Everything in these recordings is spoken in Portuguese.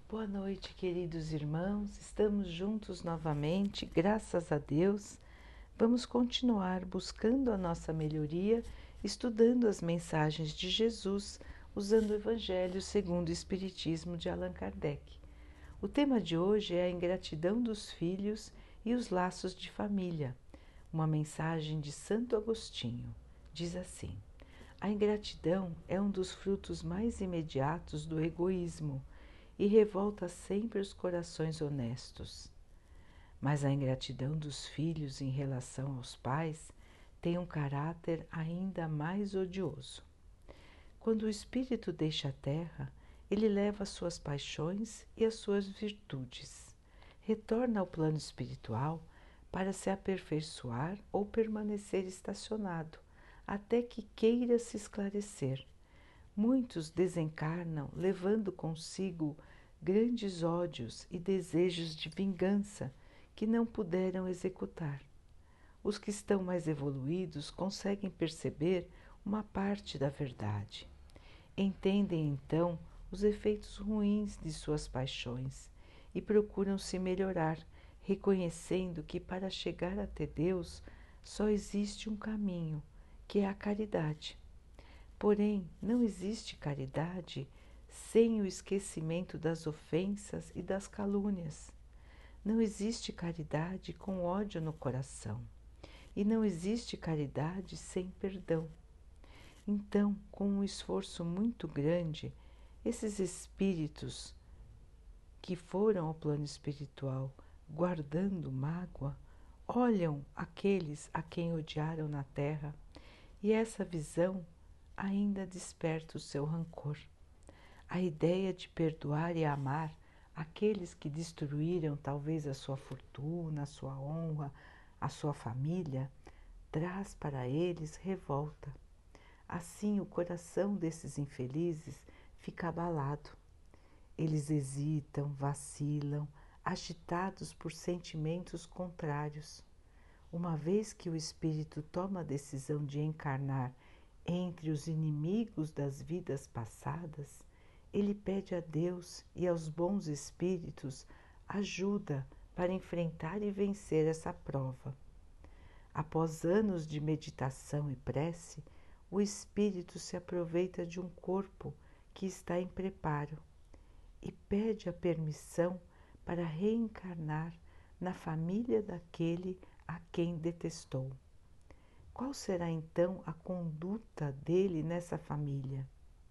Boa noite, queridos irmãos. Estamos juntos novamente, graças a Deus. Vamos continuar buscando a nossa melhoria, estudando as mensagens de Jesus, usando o Evangelho segundo o Espiritismo de Allan Kardec. O tema de hoje é a ingratidão dos filhos e os laços de família. Uma mensagem de Santo Agostinho. Diz assim: a ingratidão é um dos frutos mais imediatos do egoísmo e revolta sempre os corações honestos. Mas a ingratidão dos filhos em relação aos pais tem um caráter ainda mais odioso. Quando o espírito deixa a terra, ele leva as suas paixões e as suas virtudes. Retorna ao plano espiritual para se aperfeiçoar ou permanecer estacionado, até que queira se esclarecer. Muitos desencarnam levando consigo grandes ódios e desejos de vingança que não puderam executar. Os que estão mais evoluídos conseguem perceber uma parte da verdade. Entendem então os efeitos ruins de suas paixões e procuram se melhorar, reconhecendo que para chegar até Deus só existe um caminho, que é a caridade. Porém, não existe caridade sem o esquecimento das ofensas e das calúnias. Não existe caridade com ódio no coração. E não existe caridade sem perdão. Então, com um esforço muito grande, esses espíritos que foram ao plano espiritual guardando mágoa, olham aqueles a quem odiaram na terra e essa visão ainda desperta o seu rancor. A ideia de perdoar e amar aqueles que destruíram talvez a sua fortuna, a sua honra, a sua família, traz para eles revolta. Assim, o coração desses infelizes fica abalado. Eles hesitam, vacilam, agitados por sentimentos contrários. Uma vez que o espírito toma a decisão de encarnar entre os inimigos das vidas passadas, ele pede a Deus e aos bons espíritos ajuda para enfrentar e vencer essa prova. Após anos de meditação e prece, o espírito se aproveita de um corpo que está em preparo e pede a permissão para reencarnar na família daquele a quem detestou. Qual será então a conduta dele nessa família?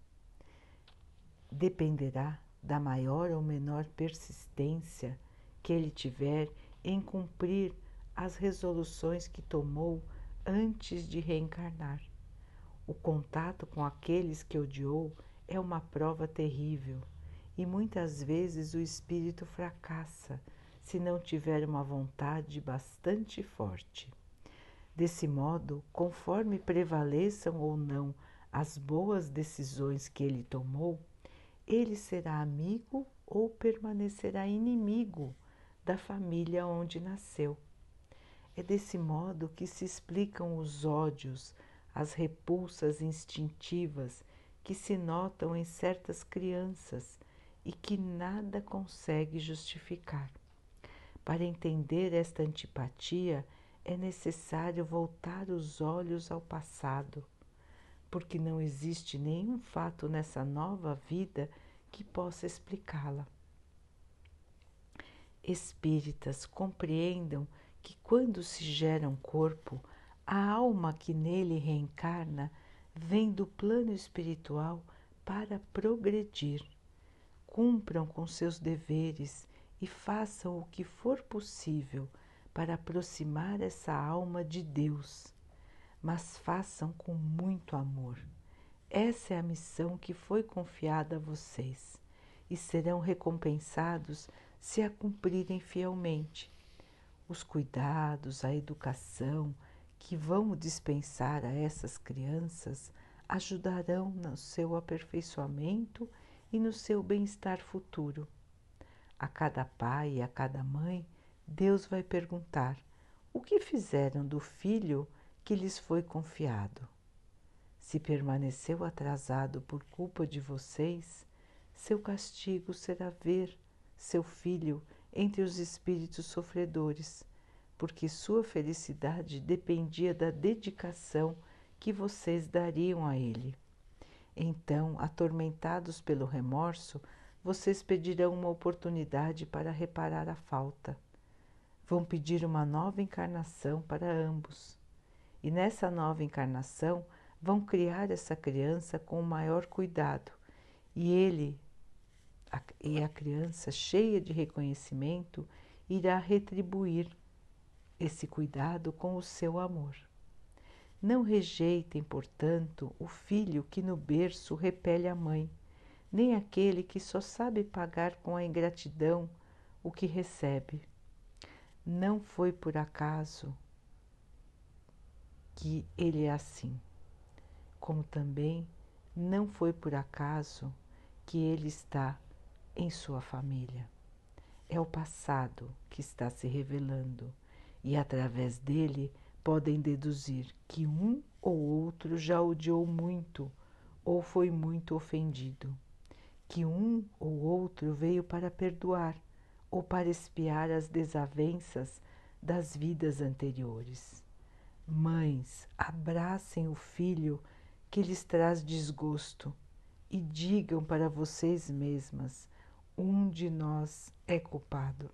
Dependerá da maior ou menor persistência que ele tiver em cumprir as resoluções que tomou antes de reencarnar. O contato com aqueles que odiou é uma prova terrível e muitas vezes o espírito fracassa se não tiver uma vontade bastante forte. Desse modo, conforme prevaleçam ou não as boas decisões que ele tomou, ele será amigo ou permanecerá inimigo da família onde nasceu. É desse modo que se explicam os ódios, as repulsas instintivas que se notam em certas crianças e que nada consegue justificar. Para entender esta antipatia, é necessário voltar os olhos ao passado, porque não existe nenhum fato nessa nova vida que possa explicá-la. Espíritas, compreendam que quando se gera um corpo, a alma que nele reencarna vem do plano espiritual para progredir. Cumpram com seus deveres e façam o que for possível para aproximar essa alma de Deus, mas façam com muito amor. Essa é a missão que foi confiada a vocês e serão recompensados se a cumprirem fielmente. Os cuidados, a educação que vão dispensar a essas crianças ajudarão no seu aperfeiçoamento e no seu bem-estar futuro. A cada pai e a cada mãe, Deus vai perguntar: o que fizeram do filho que lhes foi confiado? Se permaneceu atrasado por culpa de vocês, seu castigo será ver seu filho entre os espíritos sofredores, porque sua felicidade dependia da dedicação que vocês dariam a ele. Então, atormentados pelo remorso, vocês pedirão uma oportunidade para reparar a falta. Vão pedir uma nova encarnação para ambos. E nessa nova encarnação, vão criar essa criança com o maior cuidado. E a criança, cheia de reconhecimento, irá retribuir esse cuidado com o seu amor. Não rejeitem, portanto, o filho que no berço repele a mãe, nem aquele que só sabe pagar com a ingratidão o que recebe. Não foi por acaso que ele é assim, como também não foi por acaso que ele está em sua família. É o passado que está se revelando e através dele podem deduzir que um ou outro já odiou muito ou foi muito ofendido, que um ou outro veio para perdoar ou para expiar as desavenças das vidas anteriores. Mães, abracem o filho que lhes traz desgosto e digam para vocês mesmas: um de nós é culpado.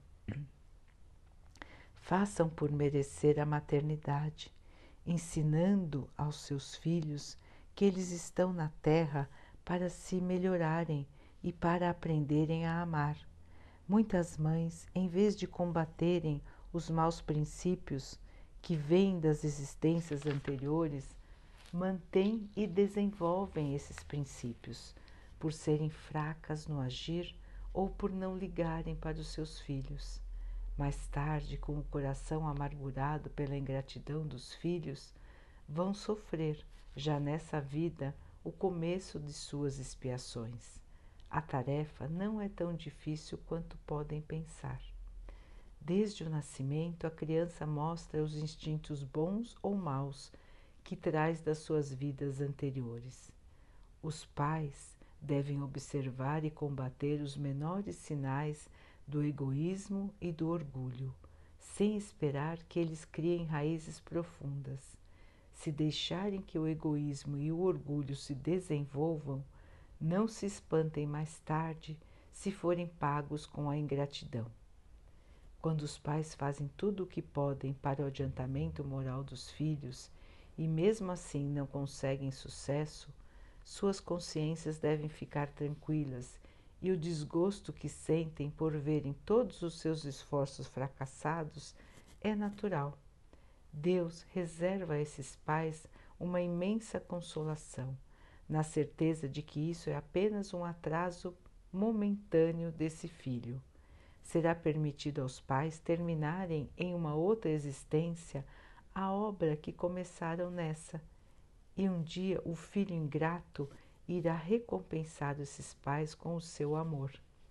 Façam por merecer a maternidade, ensinando aos seus filhos que eles estão na terra para se melhorarem e para aprenderem a amar. Muitas mães, em vez de combaterem os maus princípios que vêm das existências anteriores, mantêm e desenvolvem esses princípios, por serem fracas no agir ou por não ligarem para os seus filhos. Mais tarde, com o coração amargurado pela ingratidão dos filhos, vão sofrer, já nessa vida, o começo de suas expiações. A tarefa não é tão difícil quanto podem pensar. Desde o nascimento, a criança mostra os instintos bons ou maus que traz das suas vidas anteriores. Os pais devem observar e combater os menores sinais do egoísmo e do orgulho, sem esperar que eles criem raízes profundas. Se deixarem que o egoísmo e o orgulho se desenvolvam, não se espantem mais tarde se forem pagos com a ingratidão. Quando os pais fazem tudo o que podem para o adiantamento moral dos filhos e mesmo assim não conseguem sucesso, suas consciências devem ficar tranquilas e o desgosto que sentem por verem todos os seus esforços fracassados é natural. Deus reserva a esses pais uma imensa consolação, na certeza de que isso é apenas um atraso momentâneo desse filho. Será permitido aos pais terminarem em uma outra existência a obra que começaram nessa, e um dia o filho ingrato irá recompensar esses pais com o seu amor.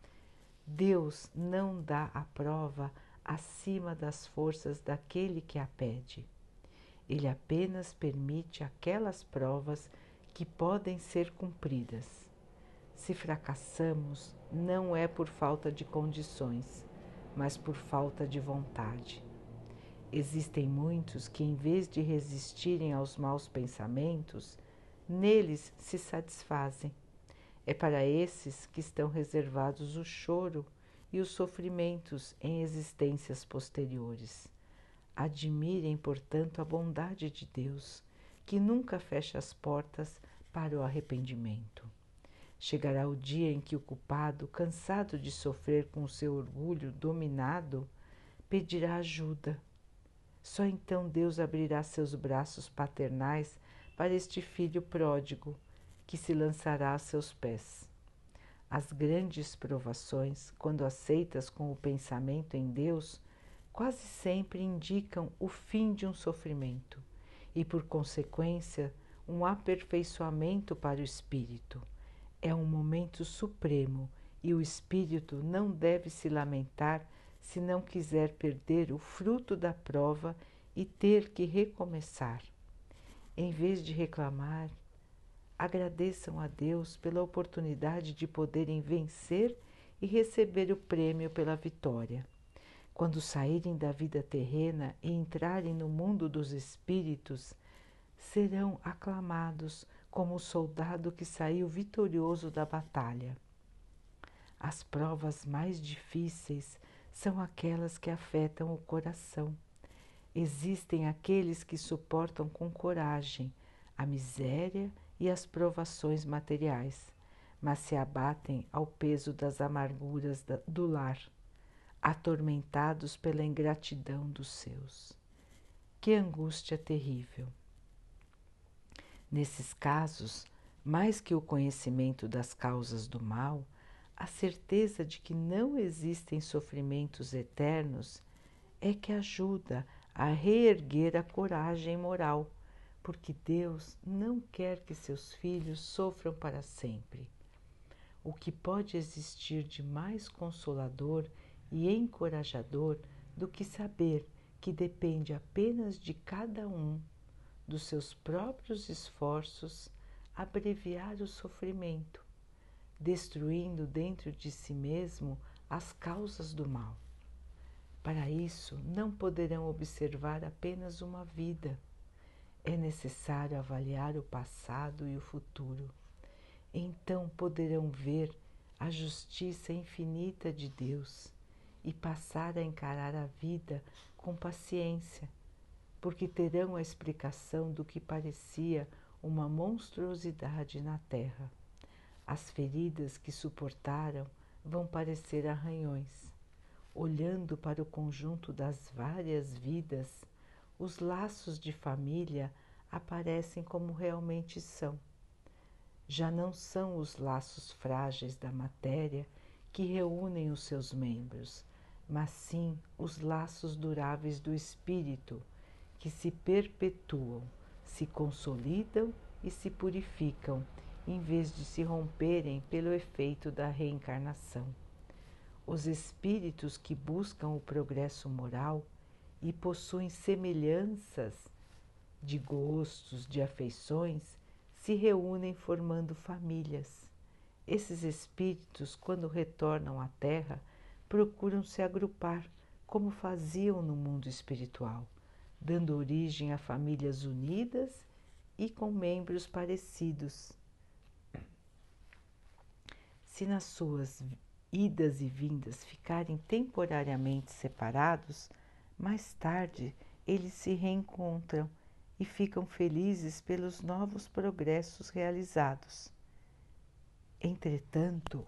Deus não dá a prova acima das forças daquele que a pede. Ele apenas permite aquelas provas que podem ser cumpridas. Se fracassamos, não é por falta de condições, mas por falta de vontade. Existem muitos que, em vez de resistirem aos maus pensamentos, neles se satisfazem. É para esses que estão reservados o choro e os sofrimentos em existências posteriores. Admirem, portanto, a bondade de Deus, que nunca fecha as portas para o arrependimento. Chegará o dia em que o culpado, cansado de sofrer com o seu orgulho dominado, pedirá ajuda. Só então Deus abrirá seus braços paternais para este filho pródigo, que se lançará a seus pés. As grandes provações, quando aceitas com o pensamento em Deus, quase sempre indicam o fim de um sofrimento e, por consequência, um aperfeiçoamento para o espírito. É um momento supremo e o espírito não deve se lamentar se não quiser perder o fruto da prova e ter que recomeçar. Em vez de reclamar, agradeçam a Deus pela oportunidade de poderem vencer e receber o prêmio pela vitória. Quando saírem da vida terrena e entrarem no mundo dos espíritos, serão aclamados como o soldado que saiu vitorioso da batalha. As provas mais difíceis são aquelas que afetam o coração. Existem aqueles que suportam com coragem a miséria e as provações materiais, mas se abatem ao peso das amarguras do lar, atormentados pela ingratidão dos seus. Que angústia terrível! Nesses casos, mais que o conhecimento das causas do mal, a certeza de que não existem sofrimentos eternos é que ajuda a reerguer a coragem moral, porque Deus não quer que seus filhos sofram para sempre. O que pode existir de mais consolador e encorajador do que saber que depende apenas de cada um, dos seus próprios esforços, abreviar o sofrimento, destruindo dentro de si mesmo as causas do mal. Para isso, não poderão observar apenas uma vida. É necessário avaliar o passado e o futuro. Então poderão ver a justiça infinita de Deus e passar a encarar a vida com paciência, porque terão a explicação do que parecia uma monstruosidade na terra. As feridas que suportaram vão parecer arranhões. Olhando para o conjunto das várias vidas, os laços de família aparecem como realmente são. Já não são os laços frágeis da matéria que reúnem os seus membros, mas sim os laços duráveis do espírito, que se perpetuam, se consolidam e se purificam, em vez de se romperem pelo efeito da reencarnação. Os espíritos que buscam o progresso moral e possuem semelhanças de gostos, de afeições, se reúnem formando famílias. Esses espíritos, quando retornam à Terra, procuram se agrupar, como faziam no mundo espiritual, dando origem a famílias unidas e com membros parecidos. Se nas suas idas e vindas ficarem temporariamente separados, mais tarde eles se reencontram e ficam felizes pelos novos progressos realizados. Entretanto,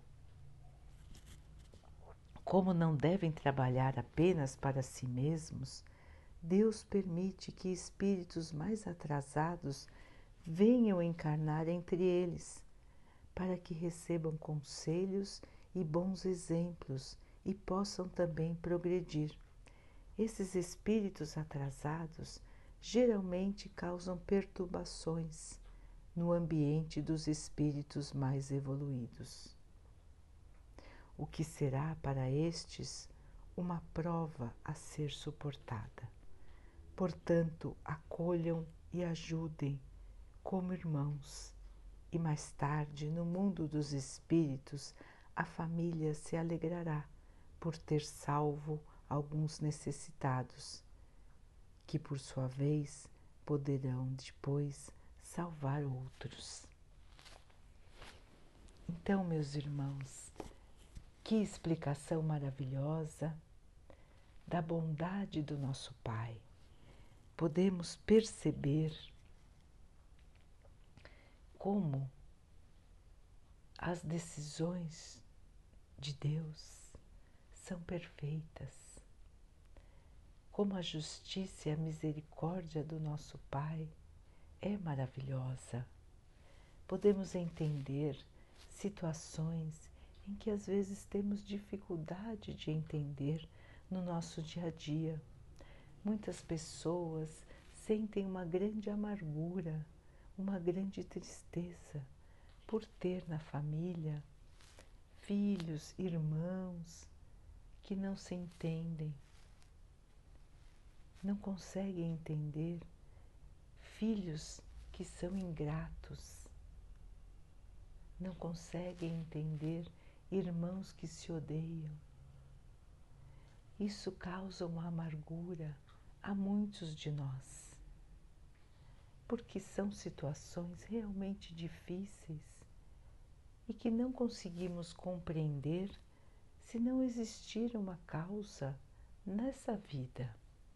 como não devem trabalhar apenas para si mesmos, Deus permite que espíritos mais atrasados venham encarnar entre eles, para que recebam conselhos e bons exemplos e possam também progredir. Esses espíritos atrasados geralmente causam perturbações no ambiente dos espíritos mais evoluídos. O que será para estes uma prova a ser suportada. Portanto, acolham e ajudem como irmãos. E mais tarde, no mundo dos espíritos, a família se alegrará por ter salvo alguns necessitados, que por sua vez poderão depois salvar outros. Então, meus irmãos, que explicação maravilhosa da bondade do nosso Pai. Podemos perceber como as decisões de Deus são perfeitas, como a justiça e a misericórdia do nosso Pai é maravilhosa. Podemos entender situações em que às vezes temos dificuldade de entender no nosso dia a dia. Muitas pessoas sentem uma grande amargura, uma grande tristeza por ter na família filhos, irmãos que não se entendem, não conseguem entender, filhos que são ingratos, não conseguem entender irmãos que se odeiam. Isso causa uma amargura a muitos de nós, porque são situações realmente difíceis e que não conseguimos compreender se não existir uma causa nessa vida.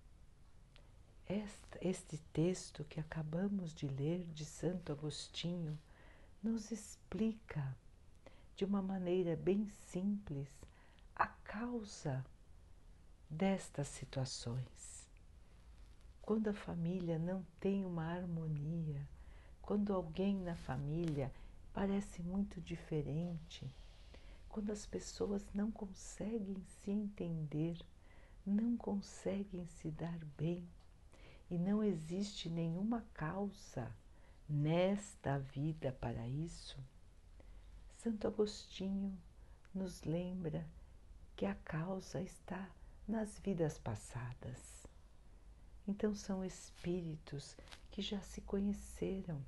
Este texto que acabamos de ler de Santo Agostinho nos explica de uma maneira bem simples a causa destas situações. Quando a família não tem uma harmonia, quando alguém na família parece muito diferente, quando as pessoas não conseguem se entender, não conseguem se dar bem e não existe nenhuma causa nesta vida para isso, Santo Agostinho nos lembra que a causa está nas vidas passadas. Então são espíritos que já se conheceram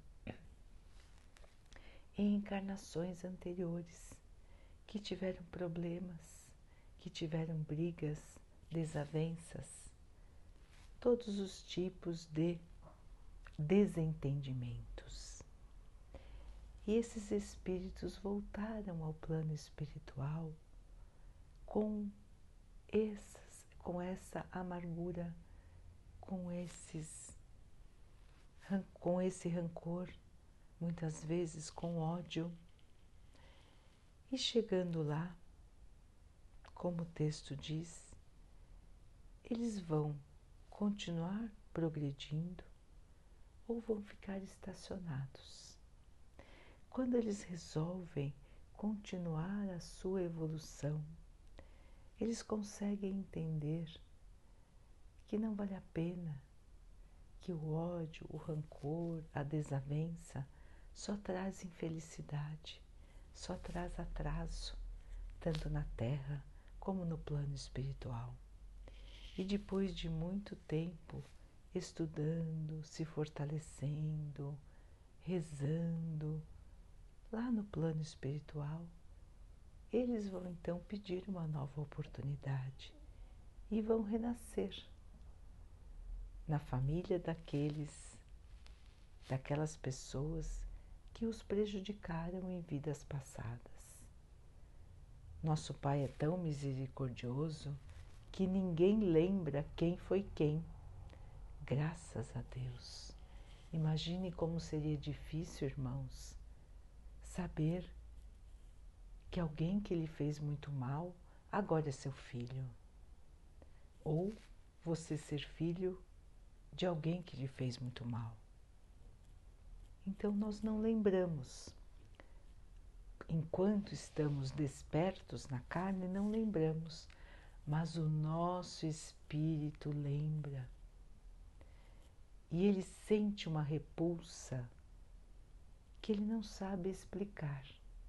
em encarnações anteriores, que tiveram problemas, que tiveram brigas, desavenças, todos os tipos de desentendimentos. E esses espíritos voltaram ao plano espiritual com essa amargura, com esse rancor, muitas vezes com ódio. E chegando lá, como o texto diz, eles vão continuar progredindo ou vão ficar estacionados. Quando eles resolvem continuar a sua evolução, eles conseguem entender que não vale a pena, que o ódio, o rancor, a desavença só traz infelicidade, só traz atraso, tanto na terra como no plano espiritual. E depois de muito tempo estudando, se fortalecendo, rezando, lá no plano espiritual, eles vão então pedir uma nova oportunidade e vão renascer na família daquelas pessoas que os prejudicaram em vidas passadas. Nosso Pai é tão misericordioso que ninguém lembra quem foi quem. Graças a Deus. Imagine como seria difícil, irmãos, saber que alguém que lhe fez muito mal agora é seu filho. Ou você ser filho de alguém que lhe fez muito mal. Então nós não lembramos. Enquanto estamos despertos na carne, não lembramos, mas o nosso espírito lembra. E ele sente uma repulsa que ele não sabe explicar.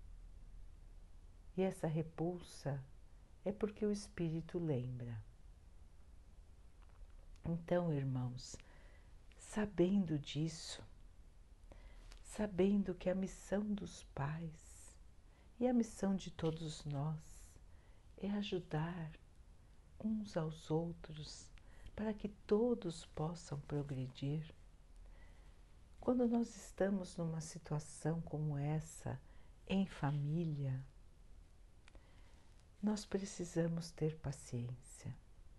E essa repulsa é porque o espírito lembra. Então, irmãos, sabendo disso, sabendo que a missão dos pais e a missão de todos nós é ajudar uns aos outros para que todos possam progredir. Quando nós estamos numa situação como essa, em família, nós precisamos ter paciência,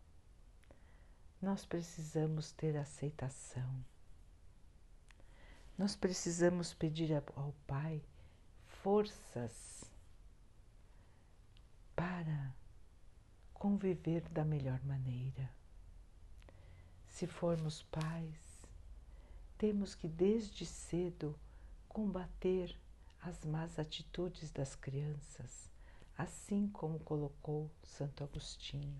nós precisamos ter aceitação, nós precisamos pedir ao Pai forças para conviver da melhor maneira. Se formos pais, temos que desde cedo combater as más atitudes das crianças, assim como colocou Santo Agostinho.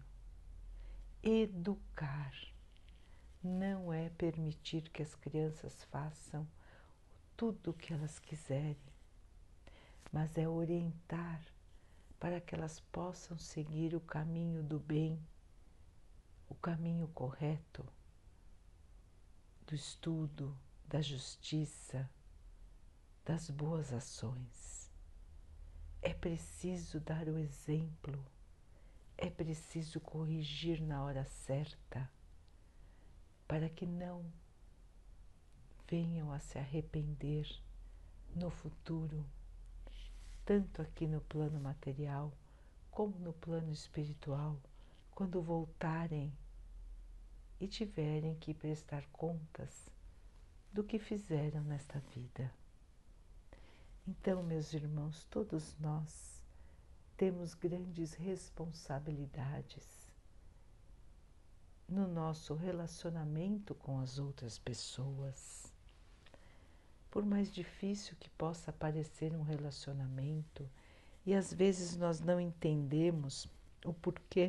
Educar não é permitir que as crianças façam tudo o que elas quiserem, mas é orientar para que elas possam seguir o caminho do bem, o caminho correto, do estudo, da justiça, das boas ações. É preciso dar o exemplo, é preciso corrigir na hora certa, para que não venham a se arrepender no futuro, tanto aqui no plano material como no plano espiritual, quando voltarem e tiverem que prestar contas do que fizeram nesta vida. Então, meus irmãos, todos nós temos grandes responsabilidades no nosso relacionamento com as outras pessoas. Por mais difícil que possa parecer um relacionamento, e às vezes nós não entendemos o porquê,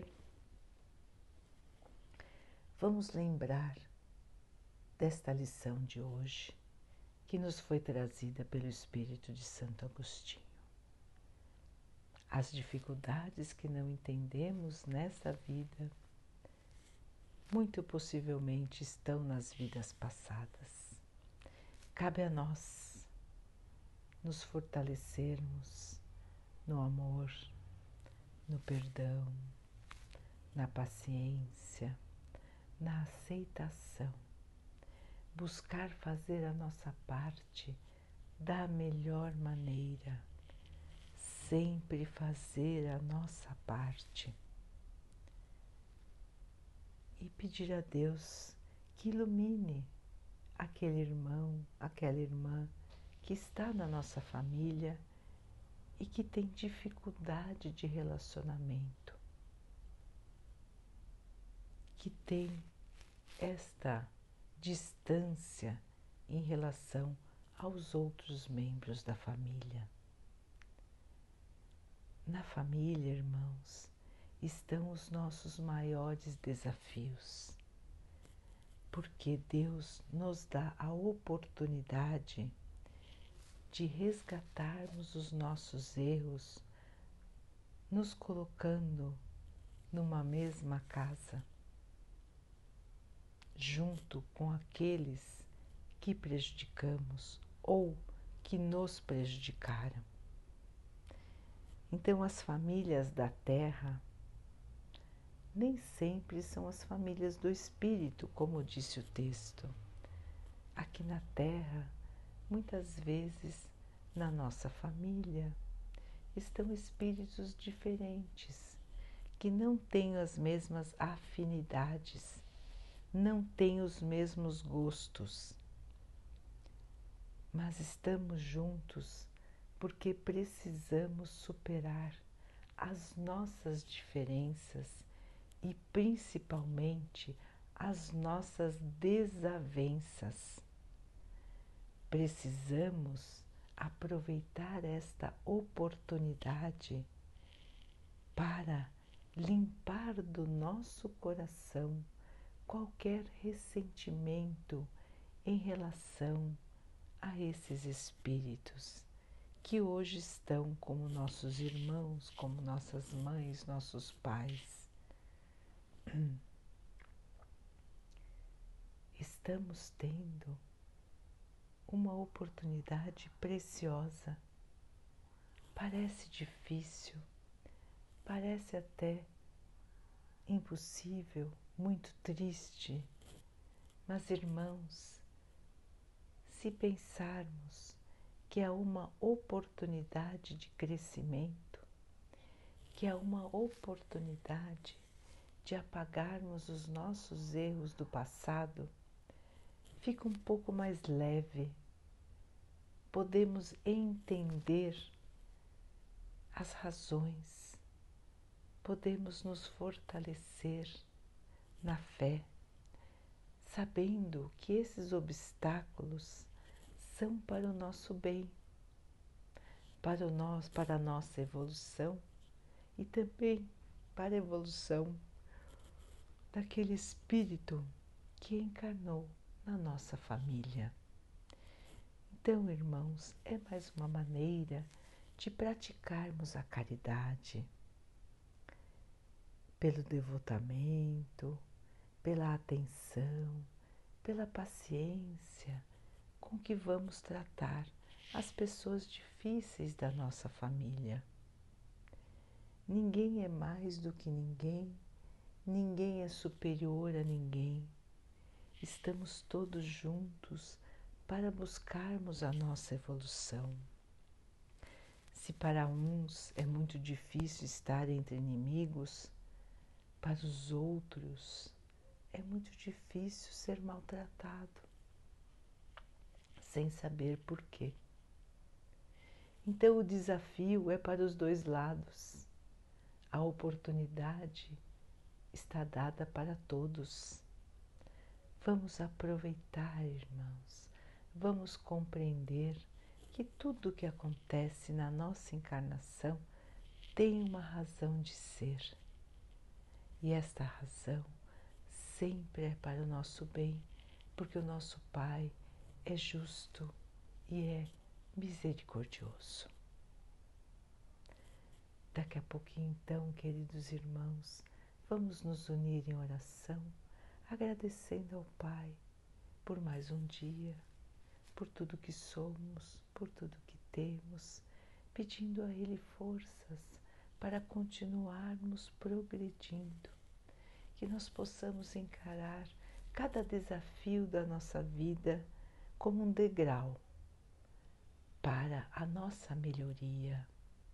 vamos lembrar desta lição de hoje, que nos foi trazida pelo Espírito de Santo Agostinho. As dificuldades que não entendemos nessa vida, muito possivelmente estão nas vidas passadas. Cabe a nós nos fortalecermos no amor, no perdão, na paciência, na aceitação, buscar fazer a nossa parte da melhor maneira, sempre fazer a nossa parte e pedir a Deus que ilumine aquele irmão, aquela irmã que está na nossa família e que tem dificuldade de relacionamento, que tem esta distância em relação aos outros membros da família. Na família, irmãos, estão os nossos maiores desafios, porque Deus nos dá a oportunidade de resgatarmos os nossos erros, nos colocando numa mesma casa, junto com aqueles que prejudicamos ou que nos prejudicaram. Então, as famílias da terra nem sempre são as famílias do espírito, como disse o texto. Aqui na terra, muitas vezes, na nossa família, estão espíritos diferentes, que não têm as mesmas afinidades, não têm os mesmos gostos, mas estamos juntos porque precisamos superar as nossas diferenças e principalmente as nossas desavenças. Precisamos aproveitar esta oportunidade para limpar do nosso coração qualquer ressentimento em relação a esses espíritos que hoje estão como nossos irmãos, como nossas mães, nossos pais. Estamos tendo uma oportunidade preciosa. Parece difícil, parece até impossível, muito triste, mas irmãos, se pensarmos que há uma oportunidade de crescimento, que há uma oportunidade de apagarmos os nossos erros do passado, fica um pouco mais leve. Podemos entender as razões, podemos nos fortalecer na fé, sabendo que esses obstáculos são para o nosso bem, para a nossa evolução e também para a evolução daquele espírito que encarnou na nossa família. Então, irmãos, é mais uma maneira de praticarmos a caridade, pelo devotamento, pela atenção, pela paciência com que vamos tratar as pessoas difíceis da nossa família. Ninguém é mais do que ninguém, ninguém é superior a ninguém. Estamos todos juntos para buscarmos a nossa evolução. Se para uns é muito difícil estar entre inimigos, para os outros é muito difícil ser maltratado, sem saber por quê. Então o desafio é para os dois lados. A oportunidade está dada para todos. Vamos aproveitar, irmãos. Vamos compreender que tudo que acontece na nossa encarnação tem uma razão de ser. E esta razão sempre é para o nosso bem, porque o nosso Pai é justo e é misericordioso. Daqui a pouquinho, então, queridos irmãos, vamos nos unir em oração, agradecendo ao Pai por mais um dia, por tudo que somos, por tudo que temos, pedindo a Ele forças para continuarmos progredindo, que nós possamos encarar cada desafio da nossa vida como um degrau para a nossa melhoria,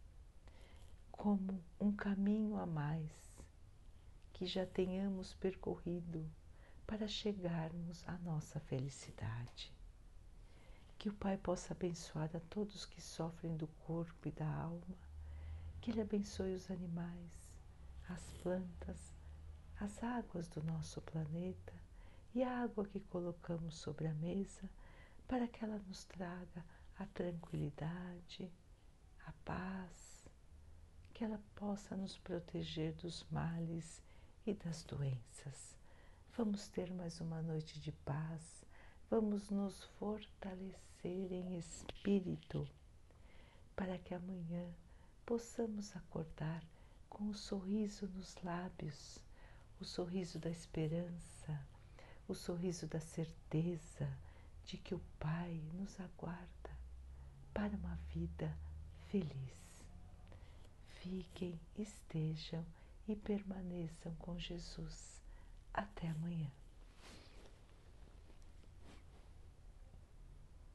como um caminho a mais que já tenhamos percorrido para chegarmos à nossa felicidade. Que o Pai possa abençoar a todos que sofrem do corpo e da alma, que Ele abençoe os animais, as plantas, as águas do nosso planeta e a água que colocamos sobre a mesa, para que ela nos traga a tranquilidade, a paz, que ela possa nos proteger dos males e das doenças. Vamos ter mais uma noite de paz, vamos nos fortalecer em espírito, para que amanhã possamos acordar com o sorriso nos lábios, o sorriso da esperança, o sorriso da certeza de que o Pai nos aguarda para uma vida feliz. Fiquem, estejam e permaneçam com Jesus. Até amanhã.